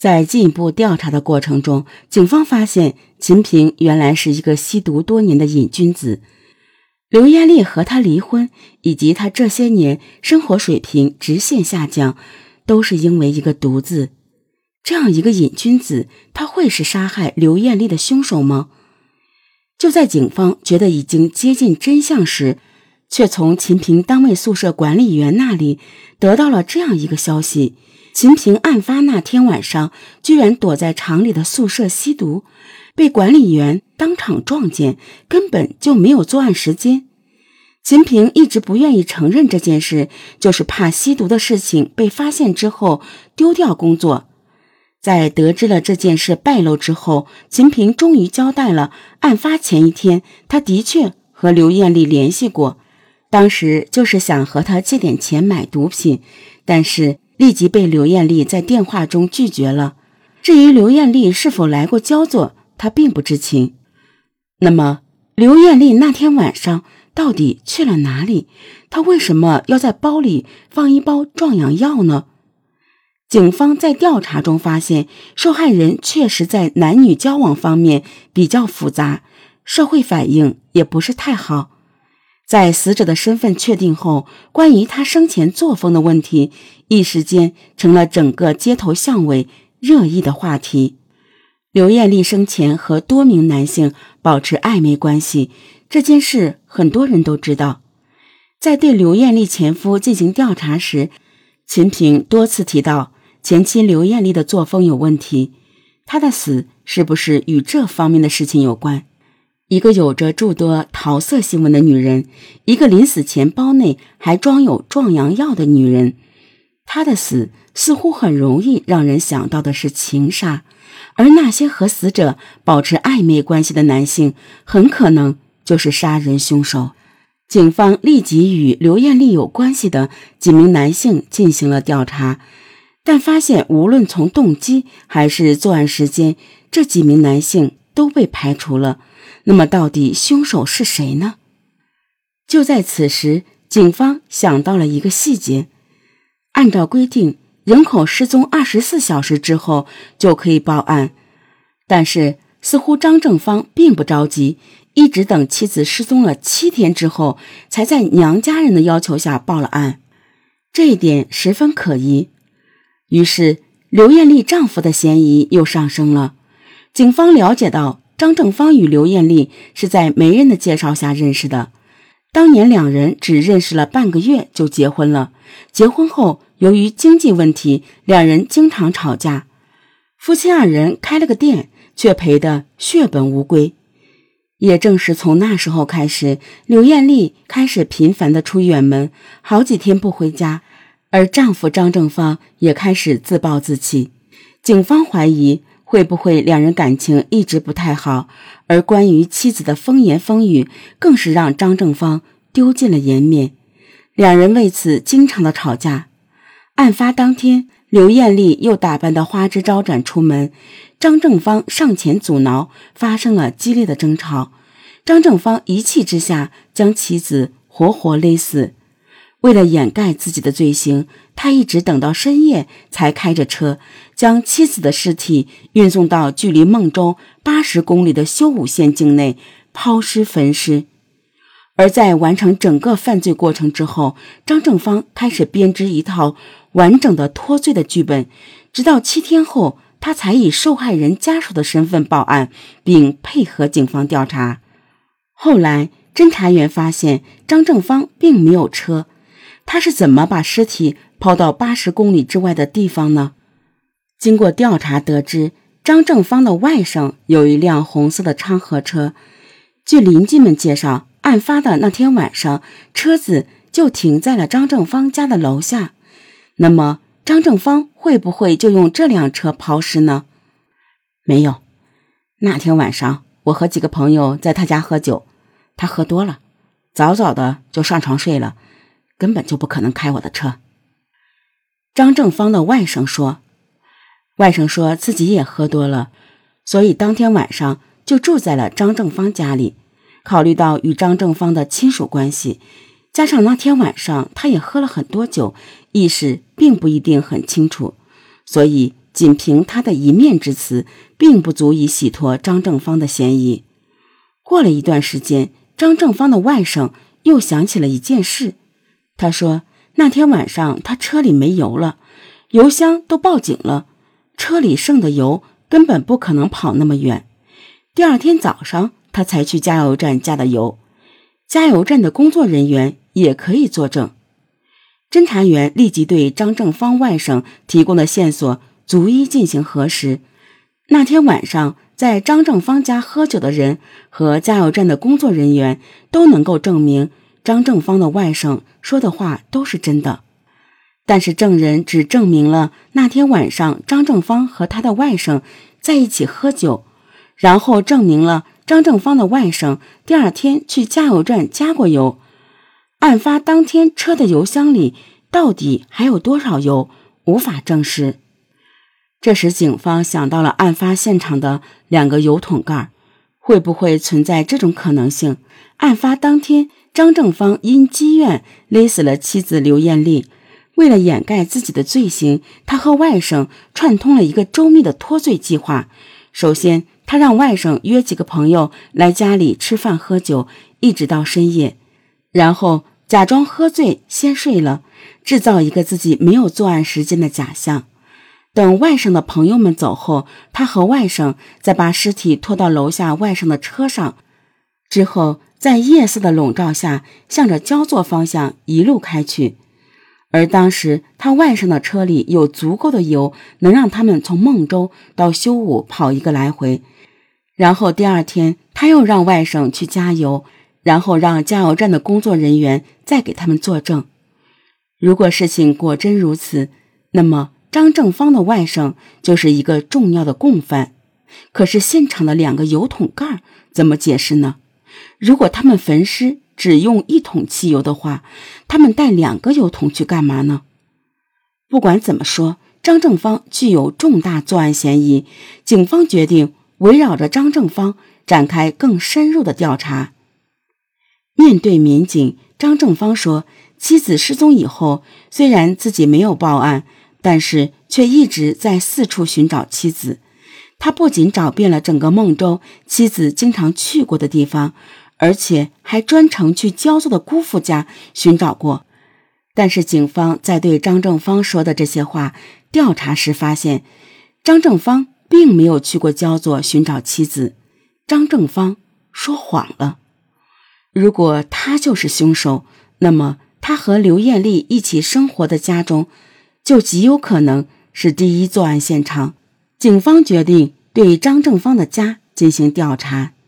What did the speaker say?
在进一步调查的过程中，警方发现秦平原来是一个吸毒多年的瘾君子。刘艳丽和他离婚，以及他这些年生活水平直线下降，都是因为一个毒字。这样一个瘾君子，他会是杀害刘艳丽的凶手吗？就在警方觉得已经接近真相时，却从秦平单位宿舍管理员那里得到了这样一个消息：秦平案发那天晚上居然躲在厂里的宿舍吸毒，被管理员当场撞见，根本就没有作案时间。秦平一直不愿意承认这件事，就是怕吸毒的事情被发现之后丢掉工作。在得知了这件事败露之后，秦平终于交代了案发前一天他的确和刘艳丽联系过，当时就是想和她借点钱买毒品，但是立即被刘艳丽在电话中拒绝了。至于刘艳丽是否来过焦作，他并不知情。那么刘艳丽那天晚上到底去了哪里？她为什么要在包里放一包壮阳药呢？警方在调查中发现，受害人确实在男女交往方面比较复杂，社会反应也不是太好。在死者的身份确定后，关于他生前作风的问题一时间成了整个街头巷尾热议的话题。刘艳丽生前和多名男性保持暧昧关系，这件事很多人都知道。在对刘艳丽前夫进行调查时，秦平多次提到前妻刘艳丽的作风有问题，她的死是不是与这方面的事情有关？一个有着诸多桃色新闻的女人，一个临死前包内还装有壮阳药的女人，她的死似乎很容易让人想到的是情杀，而那些和死者保持暧昧关系的男性很可能就是杀人凶手。警方立即与刘艳丽有关系的几名男性进行了调查，但发现无论从动机还是作案时间，这几名男性都被排除了。那么到底凶手是谁呢？就在此时，警方想到了一个细节。按照规定，人口失踪24小时之后就可以报案，但是似乎张正芳并不着急，一直等妻子失踪了7天之后，才在娘家人的要求下报了案，这一点十分可疑。于是刘艳丽丈夫的嫌疑又上升了。警方了解到张正芳与刘艳丽是在媒人的介绍下认识的，当年两人只认识了半个月就结婚了。结婚后，由于经济问题，两人经常吵架，夫妻二人开了个店，却赔得血本无归。也正是从那时候开始，刘艳丽开始频繁地出远门，好几天不回家，而丈夫张正芳也开始自暴自弃。警方怀疑会不会两人感情一直不太好，而关于妻子的风言风语更是让张正芳丢尽了颜面，两人为此经常的吵架。案发当天，刘艳丽又打扮得花枝招展出门，张正芳上前阻挠，发生了激烈的争吵。张正芳一气之下将妻子活活勒死。为了掩盖自己的罪行，他一直等到深夜才开着车将妻子的尸体运送到距离孟州80公里的修武县境内抛尸焚尸。而在完成整个犯罪过程之后，张正芳开始编织一套完整的脱罪的剧本，直到7天后，他才以受害人家属的身份报案，并配合警方调查。后来侦查员发现张正芳并没有车，他是怎么把尸体抛到80公里之外的地方呢？经过调查得知，张正芳的外甥有一辆红色的昌河车，据邻居们介绍，案发的那天晚上，车子就停在了张正芳家的楼下。那么张正芳会不会就用这辆车抛尸呢？没有，那天晚上我和几个朋友在他家喝酒，他喝多了，早早的就上床睡了，根本就不可能开我的车。张正芳的外甥说自己也喝多了，所以当天晚上就住在了张正芳家里。考虑到与张正芳的亲属关系，加上那天晚上他也喝了很多酒，意识并不一定很清楚，所以仅凭他的一面之词，并不足以洗脱张正芳的嫌疑。过了一段时间，张正芳的外甥又想起了一件事。他说，那天晚上他车里没油了，油箱都报警了，车里剩的油根本不可能跑那么远。第二天早上他才去加油站加的油，加油站的工作人员也可以作证。侦查员立即对张正芳外甥提供的线索逐一进行核实。那天晚上在张正芳家喝酒的人和加油站的工作人员都能够证明张正芳的外甥说的话都是真的。但是证人只证明了那天晚上张正芳和他的外甥在一起喝酒，然后证明了张正芳的外甥第二天去加油站加过油。案发当天车的油箱里到底还有多少油，无法证实。这时警方想到了案发现场的2个油桶盖，会不会存在这种可能性？案发当天，张正芳因积怨勒死了妻子刘艳丽，为了掩盖自己的罪行，他和外甥串通了一个周密的脱罪计划。首先，他让外甥约几个朋友来家里吃饭喝酒，一直到深夜，然后假装喝醉先睡了，制造一个自己没有作案时间的假象。等外甥的朋友们走后，他和外甥再把尸体拖到楼下外甥的车上，之后在夜色的笼罩下向着焦作方向一路开去。而当时他外甥的车里有足够的油，能让他们从孟州到修武跑一个来回。然后第二天他又让外甥去加油，然后让加油站的工作人员再给他们作证。如果事情果真如此，那么张正芳的外甥就是一个重要的共犯。可是现场的2个油桶盖怎么解释呢？如果他们焚尸只用1桶汽油的话，他们带2个油桶去干嘛呢？不管怎么说，张正芳具有重大作案嫌疑，警方决定围绕着张正芳展开更深入的调查。面对民警，张正芳说，妻子失踪以后，虽然自己没有报案，但是却一直在四处寻找妻子。他不仅找遍了整个孟州妻子经常去过的地方，而且还专程去焦作的姑父家寻找过。但是警方在对张正芳说的这些话调查时发现，张正芳并没有去过焦作寻找妻子，张正芳说谎了。如果他就是凶手，那么他和刘艳丽一起生活的家中就极有可能是第一作案现场。警方决定对张正芳的家进行调查。